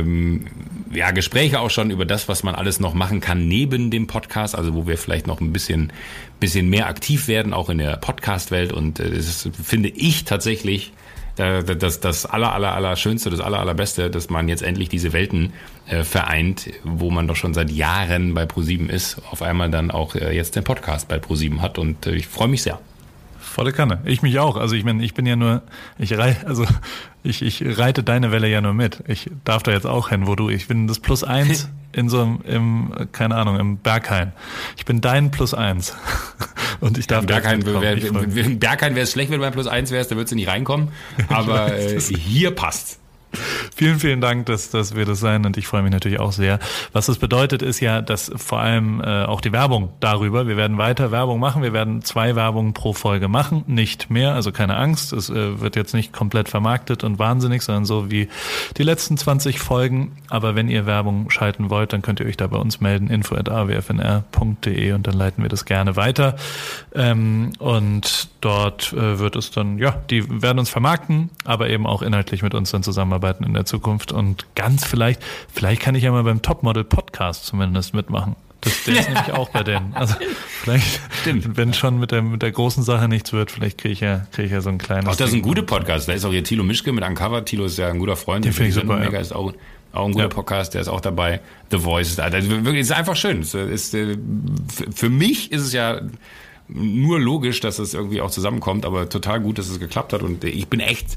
Gespräche auch schon über das, was man alles noch machen kann neben dem Podcast, also wo wir vielleicht noch ein bisschen bisschen mehr aktiv werden, auch in der Podcast-Welt. Und das finde ich tatsächlich das Allerschönste, das Allerbeste, dass man jetzt endlich diese Welten vereint, wo man doch schon seit Jahren bei ProSieben ist, auf einmal dann auch jetzt den Podcast bei ProSieben hat. Und ich freue mich sehr. Volle Kanne. Ich mich auch. Also ich meine, ich bin ja nur, ich reite deine Welle ja nur mit. Ich darf da jetzt auch hin, ich bin das +1 in so im Berghain. Ich bin dein +1. Und ich darf Berghain wäre es schlecht, wenn du beim +1 wärst, da würdest du nicht reinkommen. Aber hier passt. Vielen, vielen Dank, dass wir das sein, und ich freue mich natürlich auch sehr. Was das bedeutet, ist ja, dass vor allem auch die Werbung darüber, wir werden weiter Werbung machen, wir werden 2 Werbungen pro Folge machen, nicht mehr, also keine Angst, es wird jetzt nicht komplett vermarktet und wahnsinnig, sondern so wie die letzten 20 Folgen, aber wenn ihr Werbung schalten wollt, dann könnt ihr euch da bei uns melden, info@awfnr.de, und dann leiten wir das gerne weiter, und dort wird es dann, die werden uns vermarkten, aber eben auch inhaltlich mit uns dann zusammenarbeiten in der Zukunft, und ganz vielleicht kann ich ja mal beim Topmodel-Podcast zumindest mitmachen. Der ist nämlich auch bei denen. Also vielleicht, wenn schon mit der großen Sache nichts wird, vielleicht kriege ich ja so ein kleines. Auch das ist ein guter Podcast. Da ist auch hier Thilo Mischke mit Uncover. Thilo ist ja ein guter Freund. Den finde ich super. Mega ist auch ein guter Podcast. Der ist auch dabei. The Voice. Also wirklich, ist einfach schön. Für mich ist es ja nur logisch, dass es irgendwie auch zusammenkommt, aber total gut, dass es geklappt hat, und ich bin echt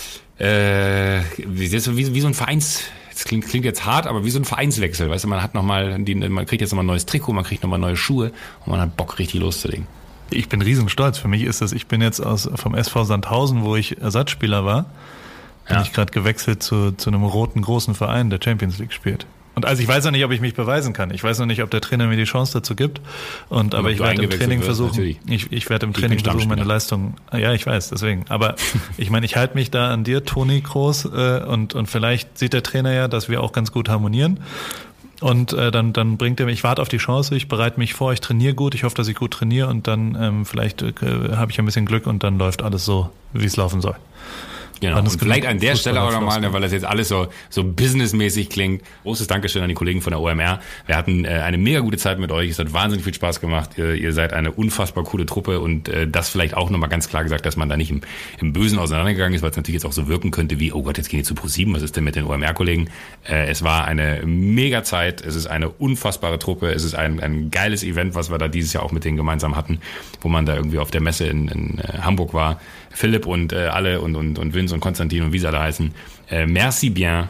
wie so ein Vereins, das klingt jetzt hart, aber wie so ein Vereinswechsel, weißt du, man kriegt jetzt nochmal ein neues Trikot, man kriegt nochmal neue Schuhe, und man hat Bock, richtig loszulegen. Ich bin riesenstolz. Für mich ist das, ich bin jetzt vom SV Sandhausen, wo ich Ersatzspieler war, bin ich gerade gewechselt zu einem roten großen Verein, der Champions League spielt. Und also ich weiß noch nicht, ob ich mich beweisen kann. Ich weiß noch nicht, ob der Trainer mir die Chance dazu gibt. Aber ich werde im Training versuchen, meine Leistung. Ja, ich weiß, deswegen. Aber ich meine, ich halte mich da an dir, Toni Kroos, und vielleicht sieht der Trainer ja, dass wir auch ganz gut harmonieren. Und dann bringt er mich, ich warte auf die Chance, ich bereite mich vor, ich trainiere gut, ich hoffe, dass ich gut trainiere, und dann vielleicht habe ich ein bisschen Glück, und dann läuft alles so, wie es laufen soll. Genau, und vielleicht an der Stelle auch nochmal, weil das jetzt alles so businessmäßig klingt, großes Dankeschön an die Kollegen von der OMR. Wir hatten eine mega gute Zeit mit euch, es hat wahnsinnig viel Spaß gemacht, ihr seid eine unfassbar coole Truppe, und das vielleicht auch nochmal ganz klar gesagt, dass man da nicht im Bösen auseinandergegangen ist, weil es natürlich jetzt auch so wirken könnte wie, oh Gott, jetzt gehen die zu ProSieben, was ist denn mit den OMR-Kollegen? Es war eine mega Zeit, es ist eine unfassbare Truppe, es ist ein geiles Event, was wir da dieses Jahr auch mit denen gemeinsam hatten, wo man da irgendwie auf der Messe in Hamburg war. Philipp und alle und Vince und Konstantin und wie sie alle heißen. Merci bien.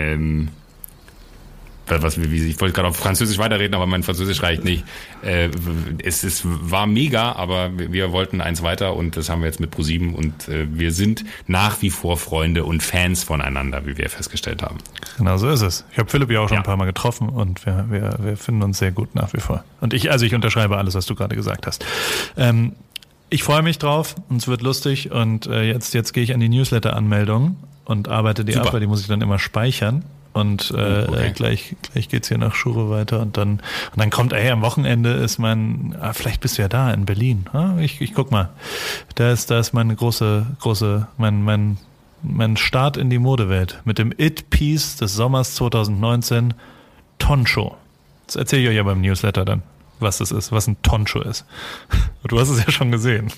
Ich wollte gerade auf Französisch weiterreden, aber mein Französisch reicht nicht. Es war mega, aber wir wollten eins weiter, und das haben wir jetzt mit ProSieben, und wir sind nach wie vor Freunde und Fans voneinander, wie wir festgestellt haben. Genau, so ist es. Ich habe Philipp ja auch schon ein paar Mal getroffen, und wir finden uns sehr gut nach wie vor. Und ich unterschreibe alles, was du gerade gesagt hast. Ich freue mich drauf, und es wird lustig, und jetzt gehe ich an die Newsletter-Anmeldung und arbeite die ab, weil die muss ich dann immer speichern, und gleich geht's hier nach Schure weiter, und dann kommt, am Wochenende ist vielleicht bist du ja da in Berlin, ich guck mal, da ist meine mein Start in die Modewelt mit dem It-Piece des Sommers 2019, Toncho. Das erzähle ich euch ja beim Newsletter dann, was das ist, was ein Toncho ist. Du hast es ja schon gesehen.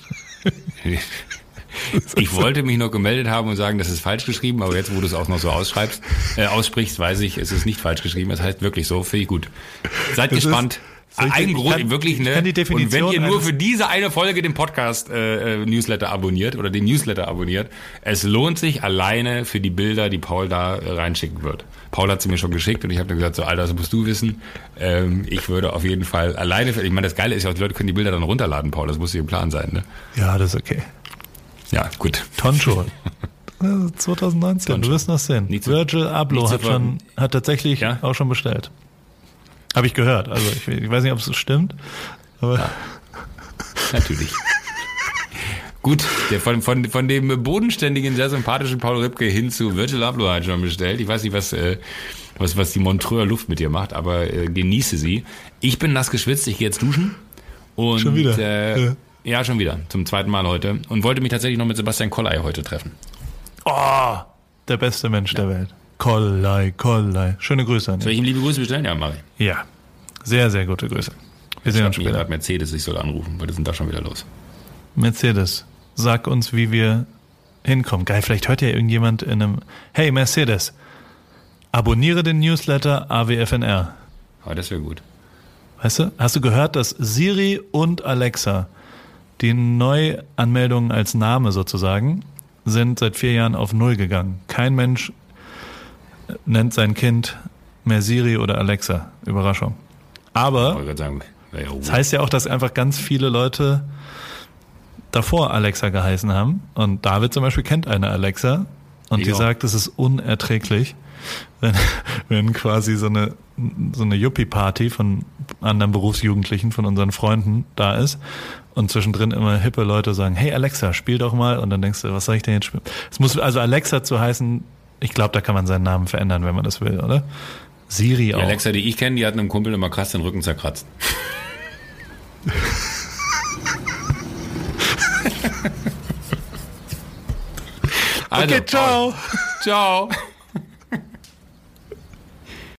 Ich wollte mich noch gemeldet haben und sagen, das ist falsch geschrieben, aber jetzt, wo du es auch noch so aussprichst, weiß ich, es ist nicht falsch geschrieben. Es heißt wirklich so, finde ich gut. Seid gespannt. Ein Grund, wirklich, ne? Und wenn ihr nur für diese eine Folge den Podcast Newsletter abonniert oder den Newsletter abonniert, es lohnt sich alleine für die Bilder, die Paul da reinschicken wird. Paul hat sie mir schon geschickt, und ich habe dann gesagt, so, Alter, das musst du wissen. Ich würde auf jeden Fall alleine, ich meine, das Geile ist ja auch, die Leute können die Bilder dann runterladen, Paul, das muss ja im Plan sein, ne? Ja, das ist okay. Ja, gut. Toncho. 2019, Toncho. Du wirst noch sehen. Virgil Abloh hat tatsächlich auch schon bestellt. Habe ich gehört. Also ich weiß nicht, ob es stimmt. Aber ja, natürlich. Gut, von dem bodenständigen, sehr sympathischen Paul Ripke hin zu Virgil Abloh hat schon bestellt. Ich weiß nicht, was die Montreux Luft mit dir macht, aber genieße sie. Ich bin nass geschwitzt, ich gehe jetzt duschen. Und, schon wieder? Ja, schon wieder. Zum 2. Mal heute. Und wollte mich tatsächlich noch mit Sebastian Kollei heute treffen. Oh, der beste Mensch der Welt. Kollei. Schöne Grüße an ihn. Soll ich ihm liebe Grüße bestellen? Ja, mach ich. Ja, sehr, sehr gute Grüße. Wir sehen uns später. später. Mercedes, ich soll anrufen, weil die sind da schon wieder los. Mercedes, sag uns, wie wir hinkommen. Geil, vielleicht hört ja irgendjemand in einem... Hey Mercedes, abonniere den Newsletter AWFNR. Aber das wäre gut. Weißt du, hast du gehört, dass Siri und Alexa, die Neuanmeldungen als Name sozusagen, sind seit 4 Jahren auf 0 gegangen. Kein Mensch nennt sein Kind mehr Siri oder Alexa. Überraschung. Aber Ich wollte gerade sagen, wäre ja das heißt ja auch, dass einfach ganz viele Leute davor Alexa geheißen haben. Und David zum Beispiel kennt eine Alexa und die Ja. sagt, es ist unerträglich, wenn quasi so eine Yuppie-Party von anderen Berufsjugendlichen, von unseren Freunden da ist und zwischendrin immer hippe Leute sagen, hey Alexa, spiel doch mal, und dann denkst du, was soll ich denn jetzt spielen? Es muss also Alexa zu heißen, ich glaube, da kann man seinen Namen verändern, wenn man das will, oder? Siri Die auch. Alexa, die ich kenne, die hat einem Kumpel immer krass den Rücken zerkratzt. Okay, ciao. Ciao.